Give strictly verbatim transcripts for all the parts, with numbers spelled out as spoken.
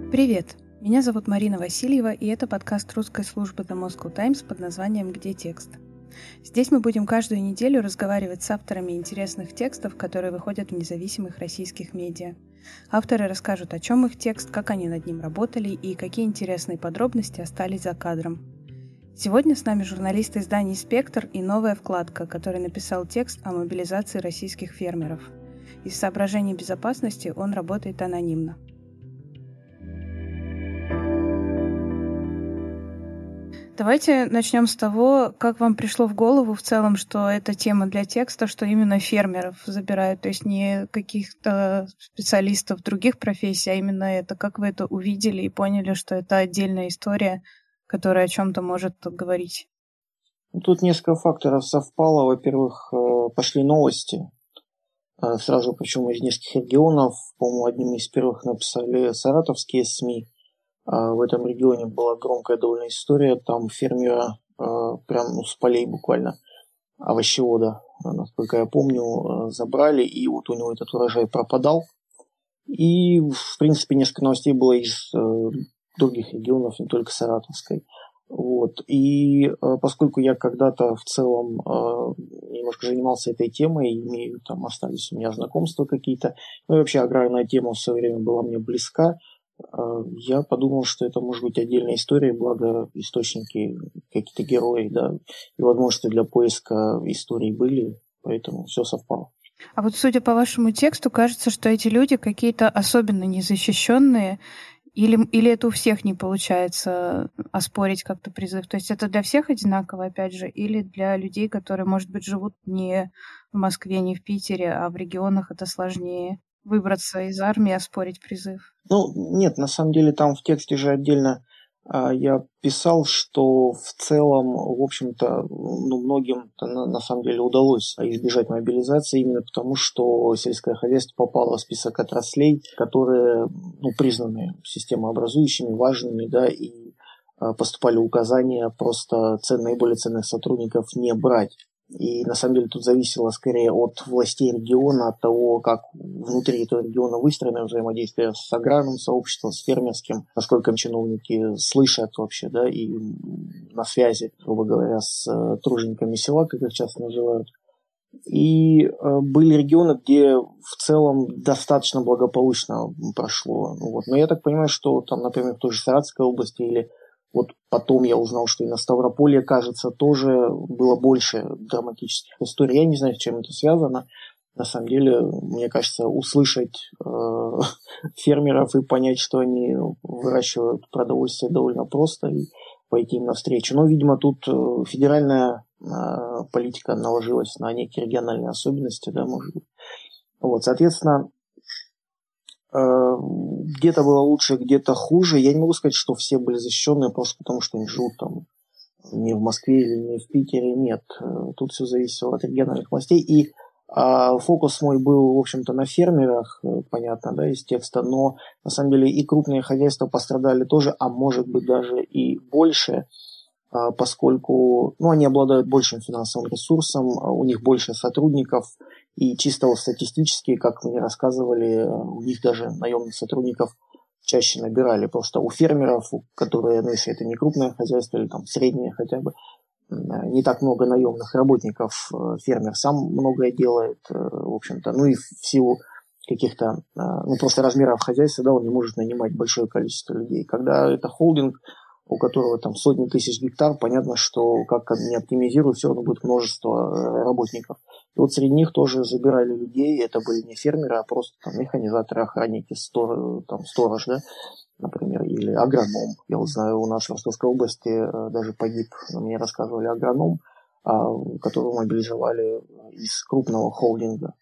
Привет! Меня зовут Марина Васильева, и это подкаст русской службы The Moscow Times под названием «Где текст?». Здесь мы будем каждую неделю разговаривать с авторами интересных текстов, которые выходят в независимых российских медиа. Авторы расскажут, о чем их текст, как они над ним работали и какие интересные подробности остались за кадром. Сегодня с нами журналист изданий «Спектр» и «Новая вкладка», который написал текст о мобилизации российских фермеров. Из соображений безопасности он работает анонимно. Давайте начнем с того, как вам пришло в голову в целом, что это тема для текста, что именно фермеров забирают, то есть не каких-то специалистов других профессий, а именно это. Как вы это увидели и поняли, что это отдельная история, которая о чем-то может говорить? Тут несколько факторов совпало. Во-первых, пошли новости. Сразу, причем из нескольких регионов. По-моему, одним из первых написали саратовские СМИ. В этом регионе была громкая довольно история. Там фермера прям ну, с полей буквально овощевода, насколько я помню, забрали. И вот у него этот урожай пропадал. И, в принципе, несколько новостей было из других регионов, не только саратовской. Вот. И поскольку я когда-то в целом немножко занимался этой темой, имею, там остались у меня знакомства какие-то, ну и вообще аграрная тема в свое время была мне близка, я подумал, что это может быть отдельная история, благо источники, какие-то герои, да, и возможности для поиска историй были, поэтому все совпало. А вот судя по вашему тексту, кажется, что эти люди какие-то особенно незащищенные, или, или это у всех не получается оспорить как-то призыв? То есть это для всех одинаково, опять же, или для людей, которые, может быть, живут не в Москве, не в Питере, а в регионах это сложнее? Выбраться из армии, оспорить призыв? Ну, нет, на самом деле там в тексте же отдельно а, я писал, что в целом, в общем-то, ну, многим на, на самом деле удалось избежать мобилизации именно потому, что сельское хозяйство попало в список отраслей, которые ну, признаны системообразующими, важными, да, и а, поступали указания просто цен, наиболее ценных сотрудников не брать. И на самом деле тут зависело скорее от властей региона, от того, как внутри этого региона выстроено взаимодействие с аграрным сообществом, с фермерским, насколько чиновники слышат вообще, да, и на связи, грубо говоря, с тружениками села, как их часто называют. И э, были регионы, где в целом достаточно благополучно прошло. Ну, вот. Но я так понимаю, что там, например, в той же Саратовской области или вот потом я узнал, что и на Ставрополье, кажется, тоже было больше драматических историй. Я не знаю, с чем это связано. На самом деле, мне кажется, услышать э, фермеров и понять, что они выращивают продовольствие, довольно просто, и пойти им навстречу. Но, видимо, тут федеральная э, политика наложилась на некие региональные особенности, да, может быть. Вот, соответственно, где-то было лучше, где-то хуже. Я не могу сказать, что все были защищенные просто потому, что они живут там не в Москве или не в Питере. Нет, тут все зависело от региональных властей. И а, фокус мой был, в общем-то, на фермерах, понятно, да, из текста, но на самом деле и крупные хозяйства пострадали тоже, а может быть даже и больше, а, поскольку ну, они обладают большим финансовым ресурсом, у них больше сотрудников. И чисто вот статистически, как мне рассказывали, у них даже наемных сотрудников чаще набирали. Просто у фермеров, которые, ну, если это не крупное хозяйство или там среднее хотя бы, не так много наемных работников. Фермер сам многое делает, в общем-то. Ну и в силу каких-то, ну просто размеров хозяйства, да, он не может нанимать большое количество людей. Когда это холдинг, у которого там сотни тысяч гектар, понятно, что как не оптимизируют, все равно будет множество работников. И вот среди них тоже забирали людей, это были не фермеры, а просто там механизаторы, охранники, стор, там, сторож, да, например, или агроном. Я вот знаю, у нас в Ростовской области даже погиб, мне рассказывали, агроном, которого мобилизовали из крупного холдинга.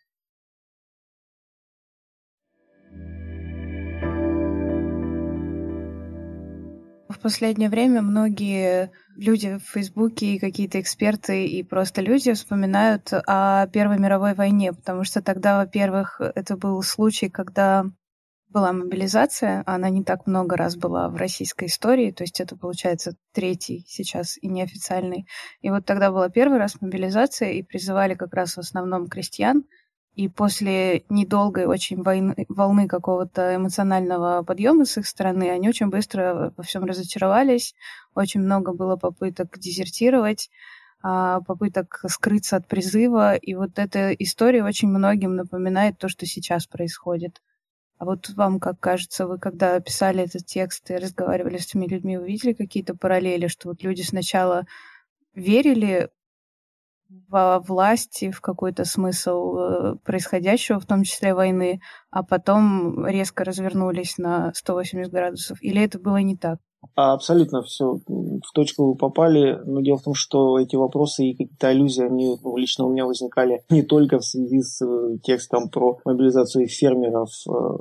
В последнее время многие люди в Фейсбуке и какие-то эксперты и просто люди вспоминают о Первой мировой войне, потому что тогда, во-первых, это был случай, когда была мобилизация, она не так много раз была в российской истории, то есть это, получается, третий сейчас и неофициальный. И вот тогда была первый раз мобилизация, и призывали как раз в основном крестьян, И после недолгой очень войны, волны какого-то эмоционального подъема с их стороны, они очень быстро во всем разочаровались. Очень много было попыток дезертировать, попыток скрыться от призыва. И вот эта история очень многим напоминает то, что сейчас происходит. А вот вам, как кажется, вы когда писали этот текст и разговаривали с этими людьми, увидели какие-то параллели, что вот люди сначала верили во власти, в какой-то смысл происходящего, в том числе войны, а потом резко развернулись на сто восемьдесят градусов? Или это было не так? Абсолютно все в точку вы попали. Но дело в том, что эти вопросы и какие-то аллюзии, они ну, лично у меня возникали не только в связи с текстом про мобилизацию фермеров.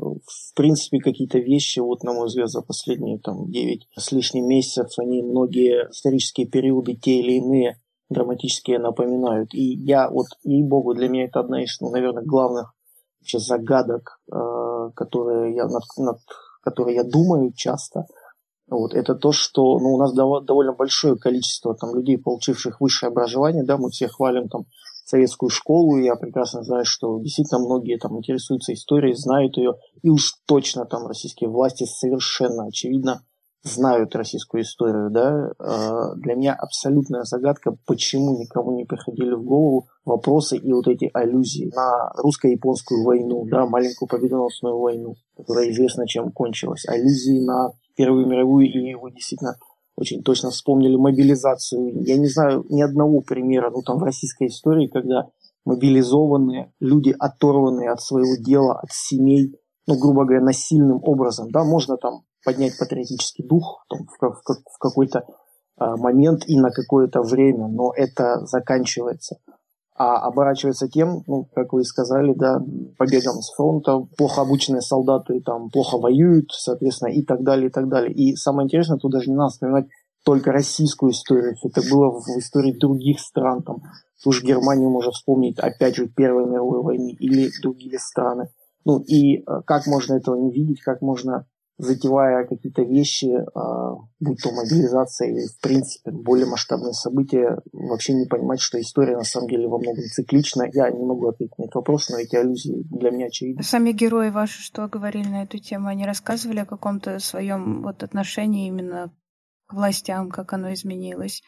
В принципе, какие-то вещи, вот на мой взгляд, за последние там, девять с лишним месяцев, они многие исторические периоды, те или иные, драматические напоминают. И я, вот, ей-богу, для меня это одна из, ну, наверное, главных сейчас загадок, которые я, над, над которые я думаю часто. Вот, это то, что ну, у нас дов- довольно большое количество там, людей, получивших высшее образование, да, мы все хвалим там советскую школу, и я прекрасно знаю, что действительно многие там интересуются историей, знают ее, и уж точно там российские власти совершенно очевидно знают российскую историю, да. Для меня абсолютная загадка, почему никому не приходили в голову вопросы и вот эти аллюзии на русско-японскую войну, да, маленькую победоносную войну, которая известна чем кончилась, аллюзии на Первую мировую, и вы действительно очень точно вспомнили мобилизацию. Я не знаю ни одного примера, ну там в российской истории, когда мобилизованные люди, оторванные от своего дела, от семей, ну, грубо говоря, насильным образом, да, можно там поднять патриотический дух там, в, в, в какой-то а, момент и на какое-то время, но это заканчивается. А оборачивается тем, ну, как вы и сказали, да, побегом с фронта, плохо обученные солдаты там плохо воюют, соответственно, и так далее, и так далее. И самое интересное, тут даже не надо вспоминать только российскую историю, это было в истории других стран, там, ту же Германию можно вспомнить, опять же, Первой мировой войны или другие страны. Ну, и как можно этого не видеть, как можно, затевая какие-то вещи, будь то мобилизация или, в принципе, более масштабные события, вообще не понимать, что история на самом деле во многом циклична. Я не могу ответить на этот вопрос, но эти аллюзии для меня очевидны. Сами герои ваши что говорили на эту тему? Они рассказывали о каком-то своем вот отношении именно к властям, как оно изменилось,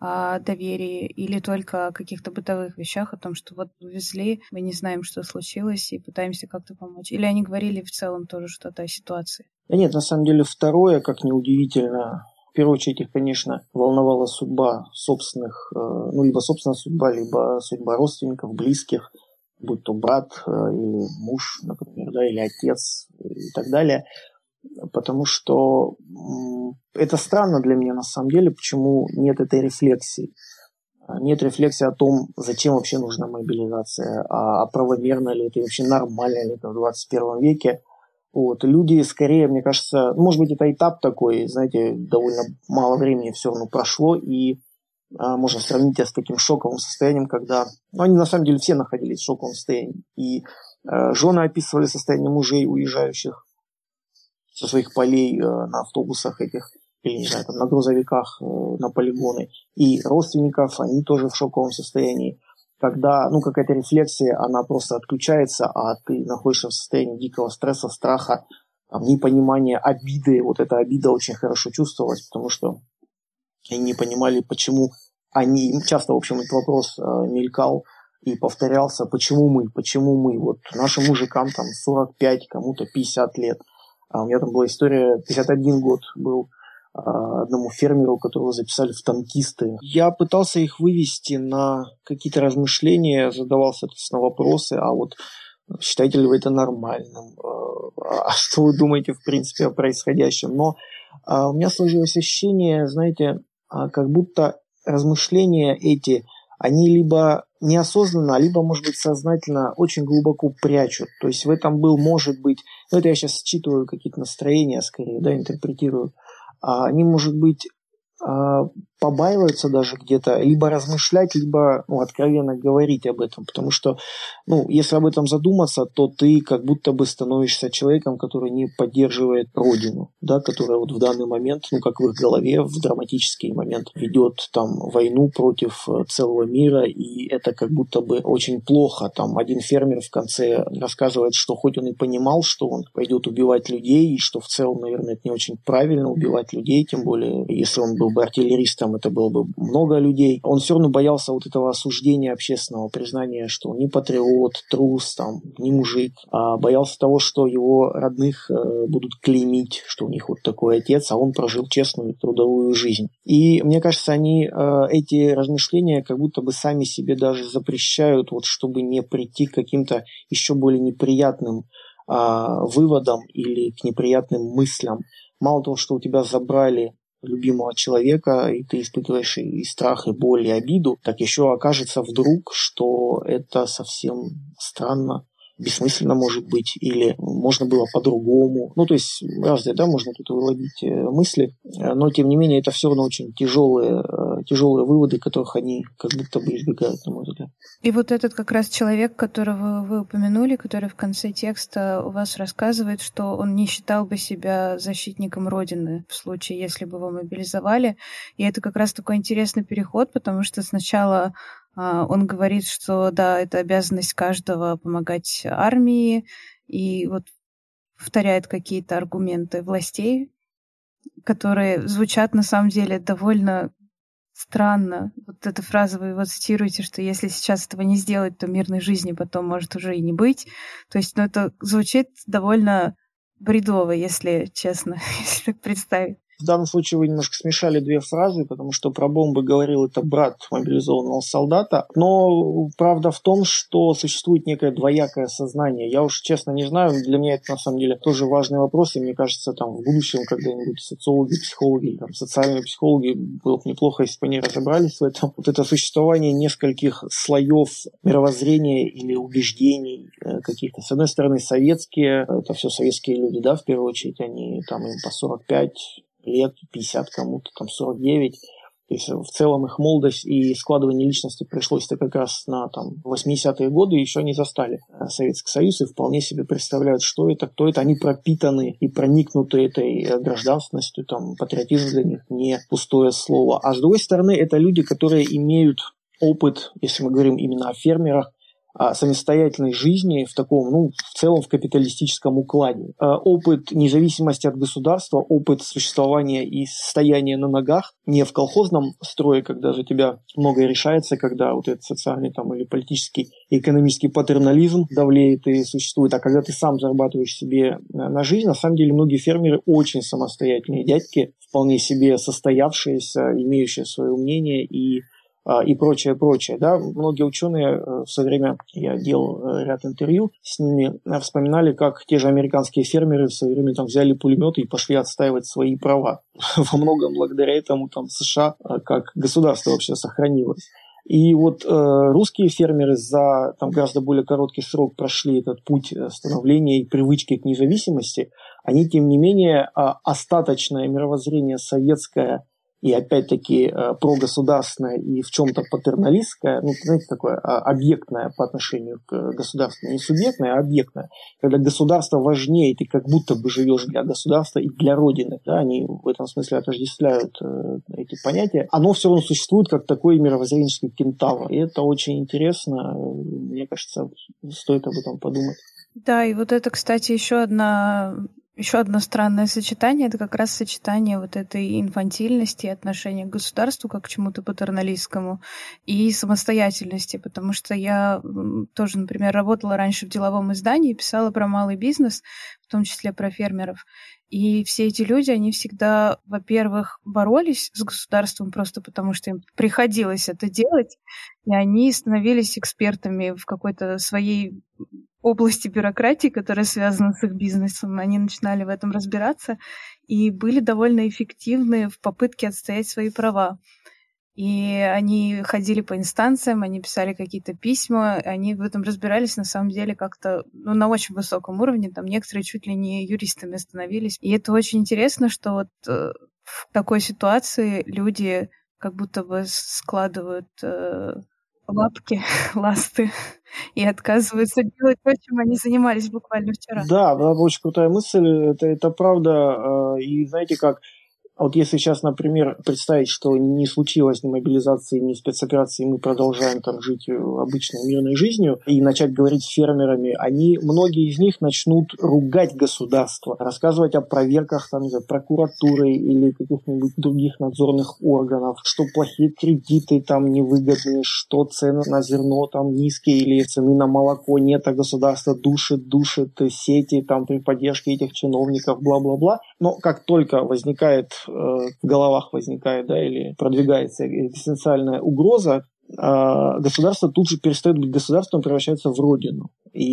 о доверии, или только о каких-то бытовых вещах, о том, что вот увезли, мы не знаем, что случилось, и пытаемся как-то помочь? Или они говорили в целом тоже что-то о ситуации? Да нет, на самом деле второе, как ни удивительно, в первую очередь их, конечно, волновала судьба собственных, ну, либо собственная судьба, либо судьба родственников, близких, будь то брат или муж, например, да, или отец и так далее. Потому что это странно для меня на самом деле, почему нет этой рефлексии. Нет рефлексии о том, зачем вообще нужна мобилизация, а правомерно ли это, и вообще нормально ли это в двадцать первом веке. Вот. Люди скорее, мне кажется, может быть, это этап такой, знаете, довольно мало времени все равно прошло, и а, можно сравнить это с таким шоковым состоянием, когда, ну, они на самом деле все находились в шоковом состоянии. И а, жены описывали состояние мужей, уезжающих со своих полей э, на автобусах этих, или, не знаю, там, на грузовиках э, на полигоны, и родственников, они тоже в шоковом состоянии. Когда, ну, какая-то рефлексия, она просто отключается, а ты находишься в состоянии дикого стресса, страха, там, непонимания, обиды. Вот эта обида очень хорошо чувствовалась, потому что они не понимали, почему они, часто, в общем, этот вопрос э, мелькал и повторялся, почему мы, почему мы, вот нашим мужикам там сорок пять, кому-то пятьдесят лет. А у меня там была история, пятьдесят один год был а, одному фермеру, которого записали в танкисты. Я пытался их вывести на какие-то размышления, задавал, соответственно, вопросы, а вот считаете ли вы это нормальным? А что вы думаете, в принципе, о происходящем? Но а, у меня сложилось ощущение, знаете, как будто размышления эти, они либо неосознанно, либо, может быть, сознательно очень глубоко прячут. То есть в этом был, может быть, ну это я сейчас считываю какие-то настроения, скорее, да, интерпретирую. А они, может быть, побаиваются даже где-то либо размышлять, либо ну, откровенно говорить об этом. Потому что, ну, если об этом задуматься, то ты как будто бы становишься человеком, который не поддерживает родину, да, которая вот в данный момент, ну, как в их голове, в драматический момент ведет там войну против целого мира, и это как будто бы очень плохо. Там один фермер в конце рассказывает, что хоть он и понимал, что он пойдет убивать людей, и что в целом, наверное, это не очень правильно убивать людей, тем более, если он был бы артиллеристом, это было бы много людей. Он все равно боялся вот этого осуждения общественного, признания, что он не патриот, трус, там, не мужик, а боялся того, что его родных э, будут клеймить, что у них вот такой отец, а он прожил честную трудовую жизнь. И мне кажется, они э, эти размышления как будто бы сами себе даже запрещают, вот, чтобы не прийти к каким-то еще более неприятным э, выводам или к неприятным мыслям. Мало того, что у тебя забрали любимого человека, и ты испытываешь и страх, и боль, и обиду, так еще окажется вдруг, что это совсем странно, бессмысленно может быть, или можно было по-другому. Ну, то есть разные, да, можно тут выводить мысли, но, тем не менее, это все равно очень тяжелые, тяжелые выводы, которых они как будто бы избегают, на мой взгляд. И вот этот как раз человек, которого вы упомянули, который в конце текста у вас рассказывает, что он не считал бы себя защитником Родины в случае, если бы его мобилизовали. И это как раз такой интересный переход, потому что сначала он говорит, что да, это обязанность каждого помогать армии, и вот повторяет какие-то аргументы властей, которые звучат на самом деле довольно странно. Вот эта фраза, вы его цитируете, что если сейчас этого не сделать, то мирной жизни потом может уже и не быть. То есть, ну, это звучит довольно бредово, если честно, если так представить. В данном случае вы немножко смешали две фразы, потому что про бомбы говорил это брат мобилизованного солдата. Но правда в том, что существует некое двоякое сознание. Я уж честно не знаю, для меня это на самом деле тоже важный вопрос. И мне кажется, там в будущем когда-нибудь социологи, психологи, там, социальные психологи, было бы неплохо, если бы они разобрались в этом. Вот это существование нескольких слоев мировоззрения или убеждений каких-то. С одной стороны, советские, это все советские люди, да, в первую очередь, они там им по сорок пять лет, пятьдесят кому-то, там сорок девять. То есть в целом их молодость и складывание личности пришлось-то как раз на там, восьмидесятые годы, еще не застали Советский Союз и вполне себе представляют, что это, кто это. Они пропитаны и проникнуты этой гражданственностью, там, патриотизм для них не пустое слово. А с другой стороны, это люди, которые имеют опыт, если мы говорим именно о фермерах, самостоятельной жизни в таком, ну, в целом в капиталистическом укладе. Опыт независимости от государства, опыт существования и стояния на ногах, не в колхозном строе, когда за тебя многое решается, когда вот этот социальный там, или политический и экономический патернализм давлеет и существует, а когда ты сам зарабатываешь себе на жизнь. На самом деле многие фермеры очень самостоятельные дядьки, вполне себе состоявшиеся, имеющие свое мнение и и прочее, прочее. Да? Многие ученые в свое время, я делал ряд интервью с ними, вспоминали, как те же американские фермеры в свое время там, взяли пулеметы и пошли отстаивать свои права. Во многом благодаря этому там, США как государство вообще сохранилось. И вот э, русские фермеры за там, гораздо более короткий срок прошли этот путь становления и привычки к независимости. Они, тем не менее, остаточное мировоззрение советское и опять-таки прогосударственное и в чем-то патерналистское, ну, знаете, такое объектное по отношению к государству, не субъектное, а объектное. Когда государство важнее, ты как будто бы живешь для государства и для Родины. Да, они в этом смысле отождествляют э, эти понятия. Оно все равно существует как такой мировоззренческий кентавр. И это очень интересно. Мне кажется, стоит об этом подумать. Да, и вот это, кстати, еще одна... Еще одно странное сочетание — это как раз сочетание вот этой инфантильности, отношения к государству как к чему-то патерналистскому и самостоятельности, потому что я тоже, например, работала раньше в деловом издании, писала про малый бизнес, в том числе про фермеров. И все эти люди, они всегда, во-первых, боролись с государством просто потому, что им приходилось это делать, и они становились экспертами в какой-то своей области бюрократии, которая связана с их бизнесом. Они начинали в этом разбираться и были довольно эффективны в попытке отстоять свои права. И они ходили по инстанциям, они писали какие-то письма, они в этом разбирались на самом деле как-то ну, на очень высоком уровне. Там некоторые чуть ли не юристами становились. И это очень интересно, что вот э, в такой ситуации люди как будто бы складывают э, лапки, ласты и отказываются делать то, чем они занимались буквально вчера. Да, да, очень крутая мысль, это, это правда. э, И знаете как, а вот если сейчас, например, представить, что не случилось ни мобилизации, ни спецоперации, мы продолжаем там жить э, обычной мирной жизнью, и начать говорить с фермерами, они, многие из них начнут ругать государство, рассказывать о проверках там, не знаю, прокуратуры или каких-нибудь других надзорных органов, что плохие кредиты там невыгодные, что цены на зерно там низкие или цены на молоко нет, а государство душит, душит сети там при поддержке этих чиновников, бла-бла-бла. Но как только возникает в головах возникает, да, или продвигается экзистенциальная угроза, государство тут же перестает быть государством, превращается в родину.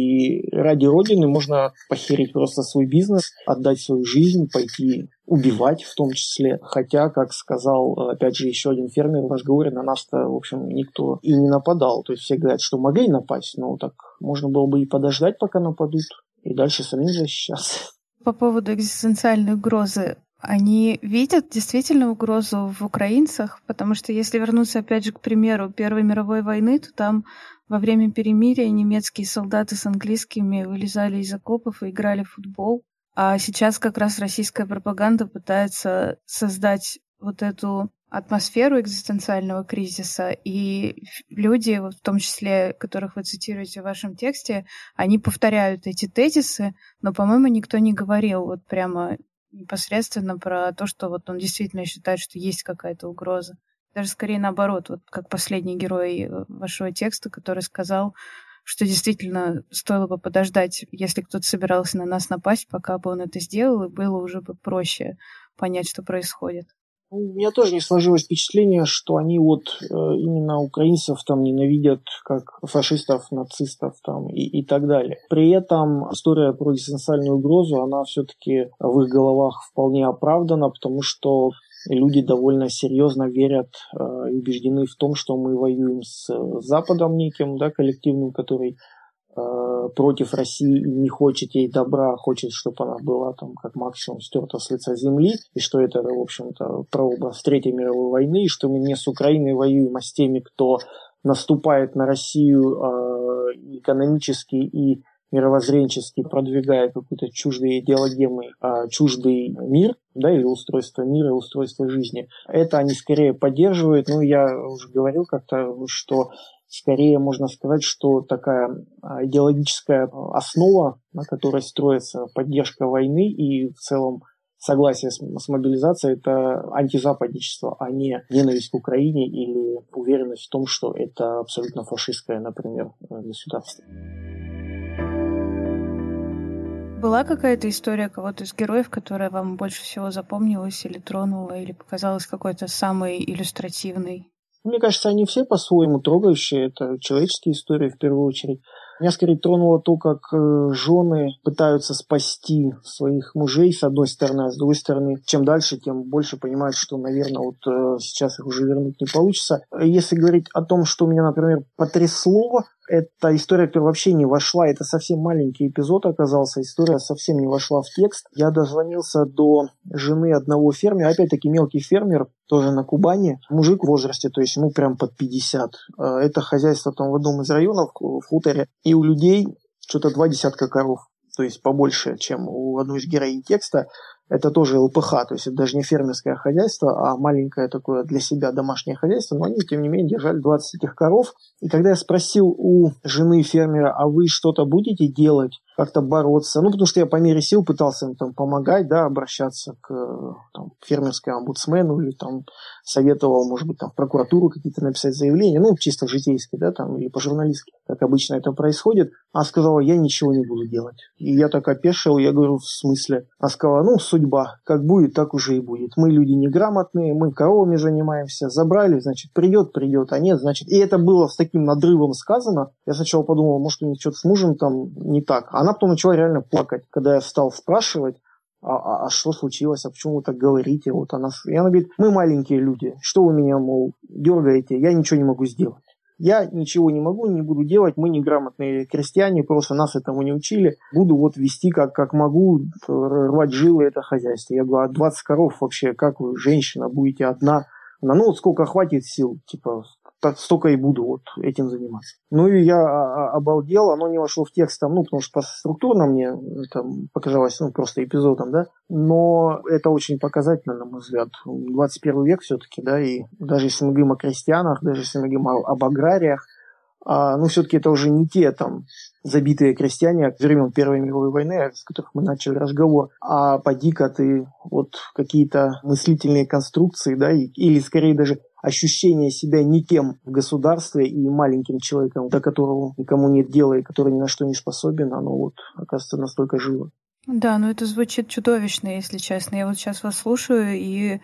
И ради родины можно похерить просто свой бизнес, отдать свою жизнь, пойти убивать в том числе. Хотя, как сказал, опять же, еще один фермер в разговоре, на нас-то, в общем, никто и не нападал. То есть все говорят, что могли напасть, но так можно было бы и подождать, пока нападут, и дальше самим защищаться. По поводу экзистенциальной угрозы. Они видят действительно угрозу в украинцах, потому что если вернуться, опять же, к примеру Первой мировой войны, то там во время перемирия немецкие солдаты с английскими вылезали из окопов и играли в футбол. А сейчас как раз российская пропаганда пытается создать вот эту атмосферу экзистенциального кризиса, и люди, в том числе, которых вы цитируете в вашем тексте, они повторяют эти тезисы, но, по-моему, никто не говорил вот прямо непосредственно про то, что вот он действительно считает, что есть какая-то угроза. Даже скорее наоборот, вот как последний герой вашего текста, который сказал, что действительно стоило бы подождать, если кто-то собирался на нас напасть, пока бы он это сделал, и было уже бы проще понять, что происходит. У меня тоже не сложилось впечатление, что они вот э, именно украинцев там ненавидят как фашистов, нацистов там и, и так далее. При этом история про экзистенциальную угрозу, она все-таки в их головах вполне оправдана, потому что люди довольно серьезно верят э, и убеждены в том, что мы воюем с Западом неким, да, коллективным, который против России и не хочет ей добра, хочет, чтобы она была там как максимум стерта с лица земли, и что это, в общем-то, прообраз Третьей мировой войны, и что мы не с Украиной воюем, а с теми, кто наступает на Россию э, экономически и мировоззренчески, продвигая какую-то чуждые идеологемы, э, чуждый мир, да, или устройство мира, устройство жизни. Это они скорее поддерживают. Ну, я уже говорил как-то, что скорее можно сказать, что такая идеологическая основа, на которой строится поддержка войны и в целом согласие с, с мобилизацией, это антизападничество, а не ненависть к Украине или уверенность в том, что это абсолютно фашистское, например, государство. Была какая-то история кого-то из героев, которая вам больше всего запомнилась или тронула, или показалась какой-то самой иллюстративной? Мне кажется, они все по-своему трогающие. Это человеческие истории в первую очередь. Меня скорее тронуло то, как жены пытаются спасти своих мужей, с одной стороны, а с другой стороны, чем дальше, тем больше понимают, что, наверное, вот сейчас их уже вернуть не получится. Если говорить о том, что меня, например, потрясло, эта история, которая вообще не вошла, это совсем маленький эпизод оказался, история совсем не вошла в текст. Я дозвонился до жены одного фермера, опять-таки мелкий фермер, тоже на Кубани, мужик в возрасте, то есть ему прям под пятьдесят. Это хозяйство там в одном из районов, в хуторе, и у людей что-то два десятка коров, то есть побольше, чем у одной из героинь текста. Это тоже ЛПХ, то есть это даже не фермерское хозяйство, а маленькое такое для себя домашнее хозяйство, но они, тем не менее, держали двадцать этих коров. И когда я спросил у жены фермера, а вы что-то будете делать, как-то бороться, ну, потому что я по мере сил пытался им там помогать, да, обращаться к там, фермерскому омбудсмену или там советовал, может быть, там в прокуратуру какие-то написать заявления, ну, чисто житейски, да, там, или по-журналистски, как обычно это происходит. Она сказала, я ничего не буду делать. И я так опешил, я говорю, в смысле? Она сказала, ну, судьба, как будет, так уже и будет. Мы люди неграмотные, мы коровами занимаемся, забрали, значит, придет, придет, а нет, значит. И это было с таким надрывом сказано. Я сначала подумал, может, у них что-то с мужем там не так. Она потом начала реально плакать, когда я стал спрашивать, а, а, а что случилось, а почему вы так говорите? Вот она, и она говорит, мы маленькие люди, что вы меня, мол, дергаете, я ничего не могу сделать. Я ничего не могу, не буду делать, мы неграмотные крестьяне, просто нас этому не учили. Буду вот вести как, как могу, рвать жилы это хозяйство. Я говорю, а двадцать коров вообще, как вы, женщина, будете одна Ну вот сколько хватит сил, типа, так столько и буду вот этим заниматься. Ну и я обалдел, оно не вошло в текст, там, ну, потому что структурно мне это показалось, ну, просто эпизодом, да, но это очень показательно, на мой взгляд. двадцать первый век все-таки, да, и даже если мы говорим о крестьянах, даже если мы говорим об аграриях, а, ну, все-таки это уже не те там забитые крестьяне времен Первой мировой войны, с которых мы начали разговор, а поди-ка ты вот какие-то мыслительные конструкции, да, и, или скорее даже ощущение себя никем в государстве и маленьким человеком, до которого никому нет дела и который ни на что не способен, оно вот, оказывается, настолько живо. Да, ну это звучит чудовищно, если честно. Я вот сейчас вас слушаю и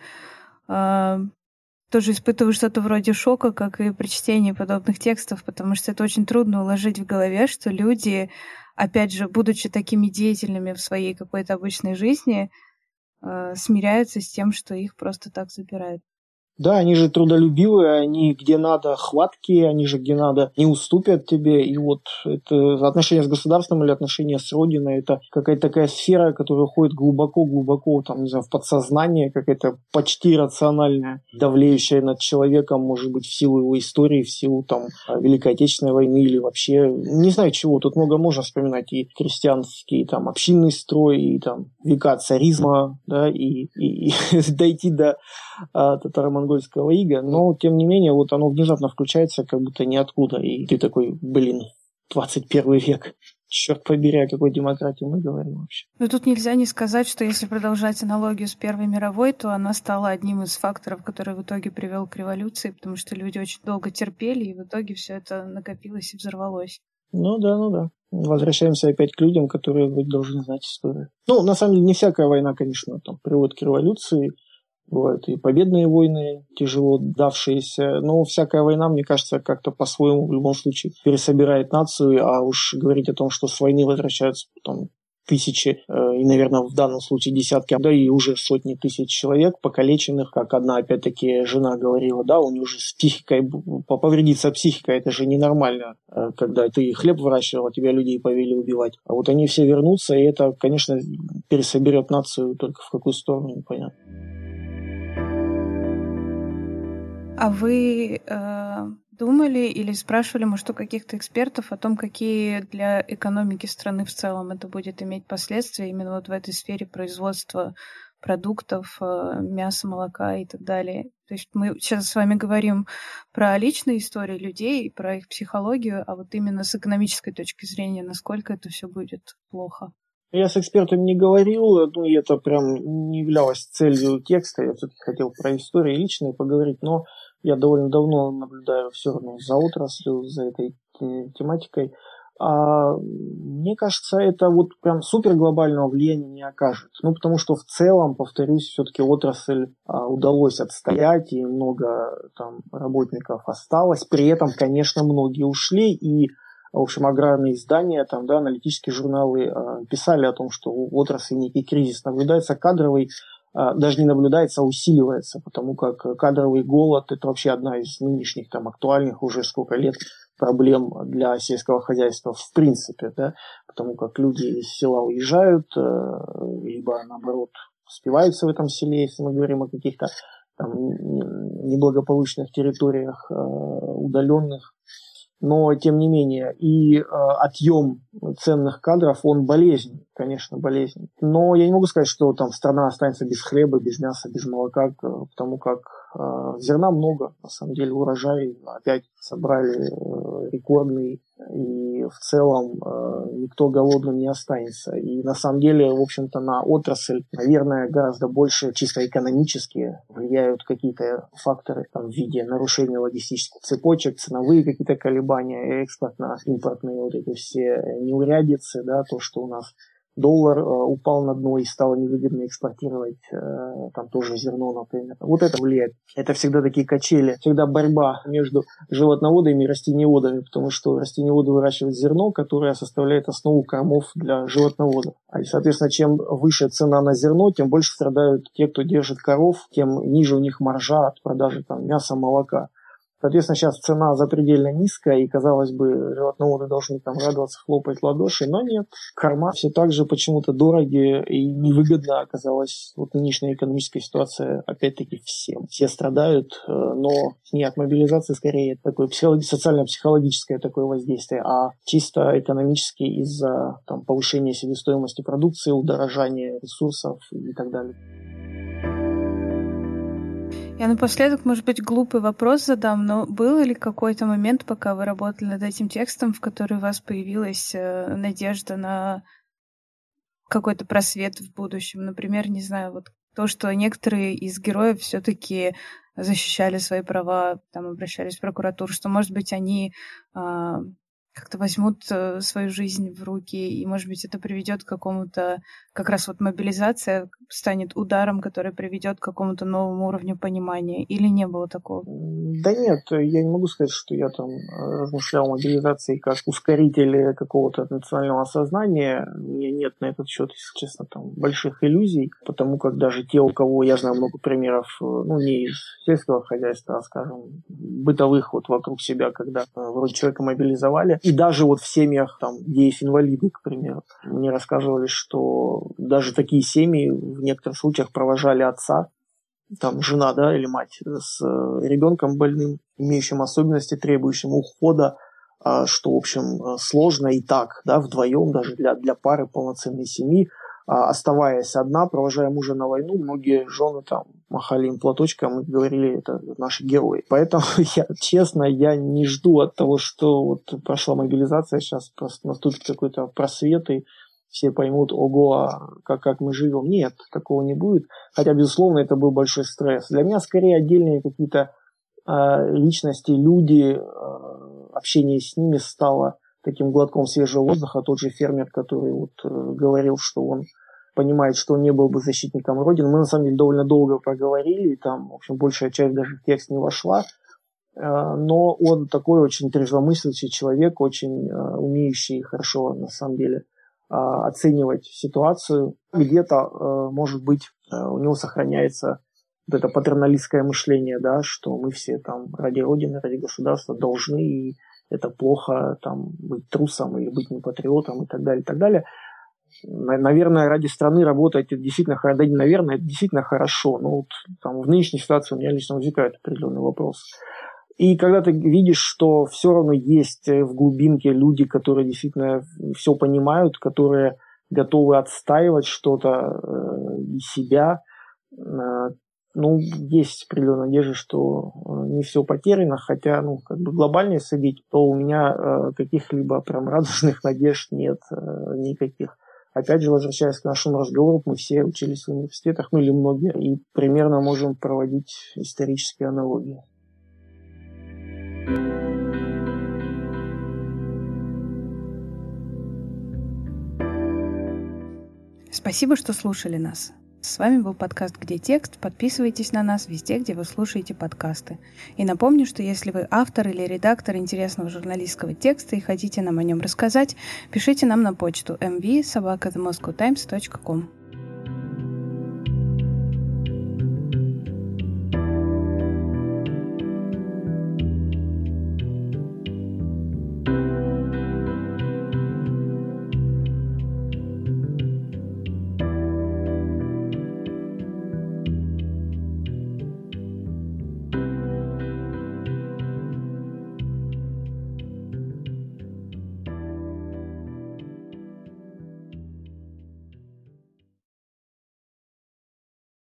э, тоже испытываю что-то вроде шока, как и при чтении подобных текстов, потому что это очень трудно уложить в голове, что люди, опять же, будучи такими деятельными в своей какой-то обычной жизни, э, смиряются с тем, что их просто так забирают. Да, они же трудолюбивые, они где надо хваткие, они же где надо не уступят тебе. И вот это отношения с государством или отношения с Родиной, это какая-то такая сфера, которая уходит глубоко-глубоко, там, не знаю, в подсознание, какая-то почти рациональная, давлеющая над человеком, может быть, в силу его истории, в силу там Великой Отечественной войны или вообще, не знаю чего, тут много можно вспоминать и крестьянский, там, общинный строй, и там века царизма, да, и, и, и дойти до татаро-монгольского ига, но, тем не менее, вот оно внезапно включается как будто ниоткуда, и ты такой, блин, двадцать первый век, черт побери, о какой демократии мы говорим вообще. Но тут нельзя не сказать, что если продолжать аналогию с Первой мировой, то она стала одним из факторов, который в итоге привел к революции, потому что люди очень долго терпели, и в итоге все это накопилось и взорвалось. Ну да, ну да. Возвращаемся опять к людям, которые вроде должны знать историю. Ну, на самом деле, не всякая война, конечно, там, приводит к революции. Бывают и победные войны, тяжело давшиеся, но всякая война, мне кажется, как-то по-своему в любом случае пересобирает нацию, а уж говорить о том, что с войны возвращаются там, тысячи, э, и, наверное, в данном случае десятки, да и уже сотни тысяч человек покалеченных, как одна, опять-таки, жена говорила, да, у нее уже с психикой, повредится психика, это же ненормально, э, когда ты хлеб выращивал, а тебя людей повели убивать. А вот они все вернутся, и это, конечно, пересоберет нацию, только в какую сторону, непонятно. А вы э, думали или спрашивали, может, у каких-то экспертов о том, какие для экономики страны в целом это будет иметь последствия именно вот в этой сфере производства продуктов, э, мяса, молока и так далее? То есть мы сейчас с вами говорим про личные истории людей, про их психологию, а вот именно с экономической точки зрения, насколько это все будет плохо? Я с экспертами не говорил, ну и это прям не являлось целью текста, я все-таки хотел про истории личные поговорить, но я довольно давно наблюдаю все равно за отраслью, за этой тематикой. А мне кажется, это вот прям супер глобального влияния не окажет. Ну, потому что в целом, повторюсь, все-таки отрасль а, удалось отстоять, и много там работников осталось. При этом, конечно, многие ушли, и в общем, аграрные издания, там, да, аналитические журналы э, писали о том, что в отрасли некий кризис наблюдается, кадровый э, даже не наблюдается, а усиливается, потому как кадровый голод – это вообще одна из нынешних там, актуальных уже сколько лет проблем для сельского хозяйства в принципе, да, потому как люди из села уезжают, э, либо, наоборот, спиваются в этом селе, если мы говорим о каких-то там, неблагополучных территориях, э, удаленных. Но, тем не менее, и э, отъем ценных кадров, он болезнь, конечно, болезнь. Но я не могу сказать, что там страна останется без хлеба, без мяса, без молока, потому как э, зерна много, на самом деле, урожай опять собрали э, рекордный, и в целом э, никто голодным не останется. И на самом деле, в общем-то, на отрасль, наверное, гораздо больше чисто экономически влияют какие-то факторы там, в виде нарушения логистических цепочек, ценовые какие-то колебания, экспортно-импортные вот эти все неурядицы, да, то, что у нас доллар э, упал на дно и стало невыгодно экспортировать э, там тоже зерно, например. Вот это влияет. Это всегда такие качели, всегда борьба между животноводами и растениеводами, потому что растениеводы выращивают зерно, которое составляет основу кормов для животноводов. А, и, соответственно, чем выше цена на зерно, тем больше страдают те, кто держит коров, тем ниже у них маржа от продажи там, мяса, молока. Соответственно, сейчас цена запредельно низкая, и, казалось бы, животноводы должны там радоваться, хлопать в ладоши, но нет. Корма все так же почему-то дороги и невыгодно оказалась вот нынешняя экономическая ситуация, опять-таки, всем. Все страдают, но не от мобилизации, скорее, такое социально-психологическое такое воздействие, а чисто экономически из-за там, повышения себестоимости продукции, удорожания ресурсов и так далее. Я напоследок, может быть, глупый вопрос задам, но был ли какой-то момент, пока вы работали над этим текстом, в который у вас появилась э, надежда на какой-то просвет в будущем? Например, не знаю, вот то, что некоторые из героев все-таки защищали свои права, там обращались в прокуратуру, что, может быть, они э, как-то возьмут э, свою жизнь в руки, и, может быть, это приведет к какому-то, как раз вот мобилизация станет ударом, который приведет к какому-то новому уровню понимания, или не было такого? Да нет, я не могу сказать, что я там размышлял о мобилизации как ускоритель какого-то национального осознания. У меня нет на этот счет, если честно, там больших иллюзий, потому как даже те, у кого я знаю много примеров, ну не из сельского хозяйства, а, скажем, бытовых вот вокруг себя, когда вроде человека мобилизовали, и даже вот в семьях, там, где есть инвалиды, к примеру, мне рассказывали, что даже такие семьи в некоторых случаях провожали отца, там, жена, да, или мать с ребенком больным, имеющим особенности, требующим ухода, что, в общем, сложно и так, да, вдвоем, даже для, для пары полноценной семьи, оставаясь одна, провожая мужа на войну, многие жены там махали им платочком и говорили, это наши герои. Поэтому, я, честно, я не жду от того, что вот прошла мобилизация, сейчас просто наступит какой-то просвет, и все поймут, ого, а как, как мы живем. Нет, такого не будет. Хотя, безусловно, это был большой стресс. Для меня скорее отдельные какие-то э, личности, люди, э, общение с ними стало таким глотком свежего воздуха. Тот же фермер, который вот, э, говорил, что он понимает, что он не был бы защитником Родины. Мы, на самом деле, довольно долго проговорили, и там, в общем, большая часть даже в текст не вошла. Э, но он такой очень трезвомыслящий человек, очень э, умеющий хорошо, на самом деле, оценивать ситуацию. Где-то, э, может быть, э, у него сохраняется вот это патерналистское мышление, да, что мы все там ради Родины, ради государства должны, и это плохо там быть трусом или быть непатриотом и так далее, и так далее. Наверное, ради страны работать это действительно, да, наверное, это действительно хорошо, но вот, там, в нынешней ситуации у меня лично возникает определенный вопрос. И когда ты видишь, что все равно есть в глубинке люди, которые действительно все понимают, которые готовы отстаивать что-то э, и себя, э, ну, есть определенная надежда, что э, не все потеряно, хотя, ну, как бы глобально судить, то у меня э, каких-либо прям радужных надежд нет э, никаких. Опять же, возвращаясь к нашему разговору, мы все учились в университетах, ну или многие, и примерно можем проводить исторические аналогии. Спасибо, что слушали нас. С вами был подкаст «Где текст?». Подписывайтесь на нас везде, где вы слушаете подкасты. И напомню, что если вы автор или редактор интересного журналистского текста и хотите нам о нем рассказать, пишите нам на почту эм ви собака зе москоу таймс точка ком.